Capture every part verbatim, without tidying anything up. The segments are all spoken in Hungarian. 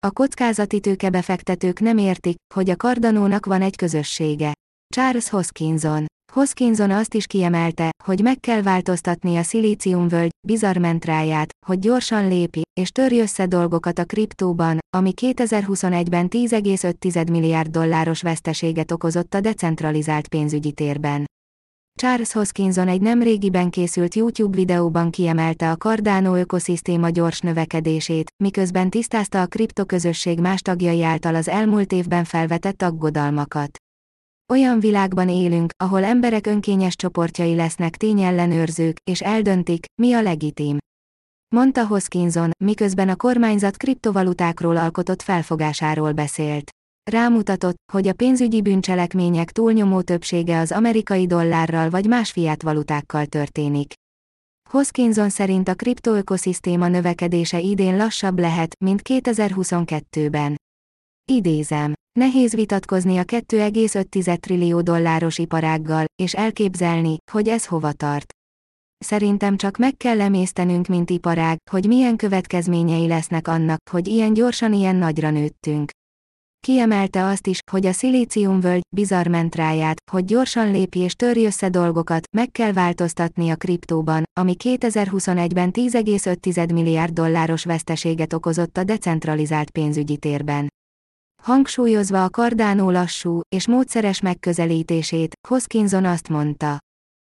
A kockázati tőkebefektetők nem értik, hogy a Cardano-nak van egy közössége. Charles Hoskinson. Hoskinson azt is kiemelte, hogy meg kell változtatni a szilíciumvölgy bizarr mantráját, hogy gyorsan lépi, és törj össze dolgokat a kriptóban, ami kétezer-huszonegyben tíz egész öt milliárd dolláros veszteséget okozott a decentralizált pénzügyi térben. Charles Hoskinson egy nemrégiben készült YouTube videóban kiemelte a Cardano ökoszisztéma gyors növekedését, miközben tisztázta a kriptoközösség más tagjai által az elmúlt évben felvetett aggodalmakat. Olyan világban élünk, ahol emberek önkényes csoportjai lesznek tényellenőrzők, és eldöntik, mi a legitim. Mondta Hoskinson, miközben a kormányzat kriptovalutákról alkotott felfogásáról beszélt. Rámutatott, hogy a pénzügyi bűncselekmények túlnyomó többsége az amerikai dollárral vagy más fiat valutákkal történik. Hoskinson szerint a kriptoökoszisztéma növekedése idén lassabb lehet, mint kétezer-huszonkettőben. Idézem. Nehéz vitatkozni a két egész öt trillió dolláros iparággal, és elképzelni, hogy ez hova tart. Szerintem csak meg kell emésztenünk, mint iparág, hogy milyen következményei lesznek annak, hogy ilyen gyorsan ilyen nagyra nőttünk. Kiemelte azt is, hogy a szilíciumvölgy bizarr mantráját, hogy gyorsan lépj és törj össze dolgokat, meg kell változtatni a kriptóban, ami kétezer-huszonegyben tíz egész öt milliárd dolláros veszteséget okozott a decentralizált pénzügyi térben. Hangsúlyozva a Cardano lassú és módszeres megközelítését, Hoskinson azt mondta.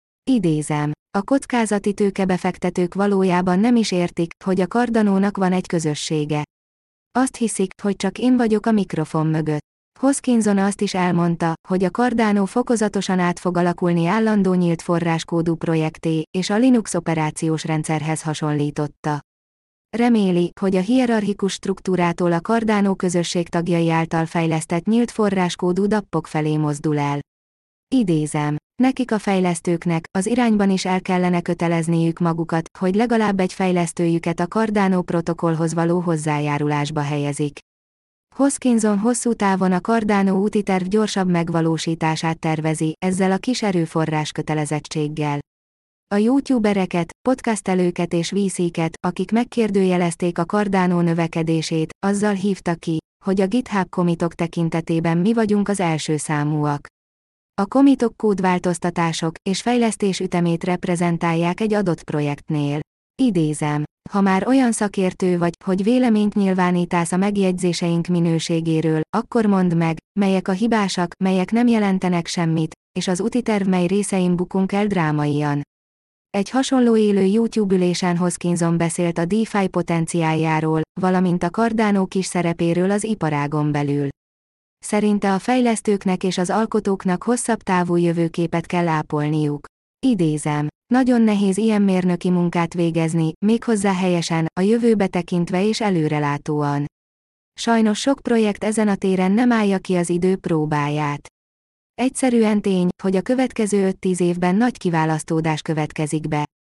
Idézem. A kockázati tőkebefektetők valójában nem is értik, hogy a Cardano-nak van egy közössége. Azt hiszik, hogy csak én vagyok a mikrofon mögött. Hoskinson azt is elmondta, hogy a Cardano fokozatosan át fog alakulni állandó nyílt forráskódú projektté, és a Linux operációs rendszerhez hasonlította. Reméli, hogy a hierarchikus struktúrától a Cardano közösség tagjai által fejlesztett nyílt forráskódú dappok felé mozdul el. Idézem. Nekik a fejlesztőknek az irányban is el kellene kötelezniük magukat, hogy legalább egy fejlesztőjüket a Cardano protokollhoz való hozzájárulásba helyezik. Hoskinson hosszú távon a Cardano úti terv gyorsabb megvalósítását tervezi, ezzel a kis erőforrás kötelezettséggel. A youtubereket, podcastelőket és vé céket, akik megkérdőjelezték a Cardano növekedését, azzal hívta ki, hogy a GitHub commitok tekintetében mi vagyunk az első számúak. A commitok kódváltoztatások és fejlesztés ütemét reprezentálják egy adott projektnél. Idézem. Ha már olyan szakértő vagy, hogy véleményt nyilvánítasz a megjegyzéseink minőségéről, akkor mondd meg, melyek a hibásak, melyek nem jelentenek semmit, és az útiterv mely részein bukunk el drámaian. Egy hasonló élő YouTube ülésen Hoskinson beszélt a DeFi potenciáljáról, valamint a Cardano kis szerepéről az iparágon belül. Szerinte a fejlesztőknek és az alkotóknak hosszabb távú jövőképet kell ápolniuk. Idézem. Nagyon nehéz ilyen mérnöki munkát végezni, méghozzá helyesen, a jövőbe tekintve és előrelátóan. Sajnos sok projekt ezen a téren nem állja ki az idő próbáját. Egyszerűen tény, hogy a következő öt-tíz évben nagy kiválasztódás következik be.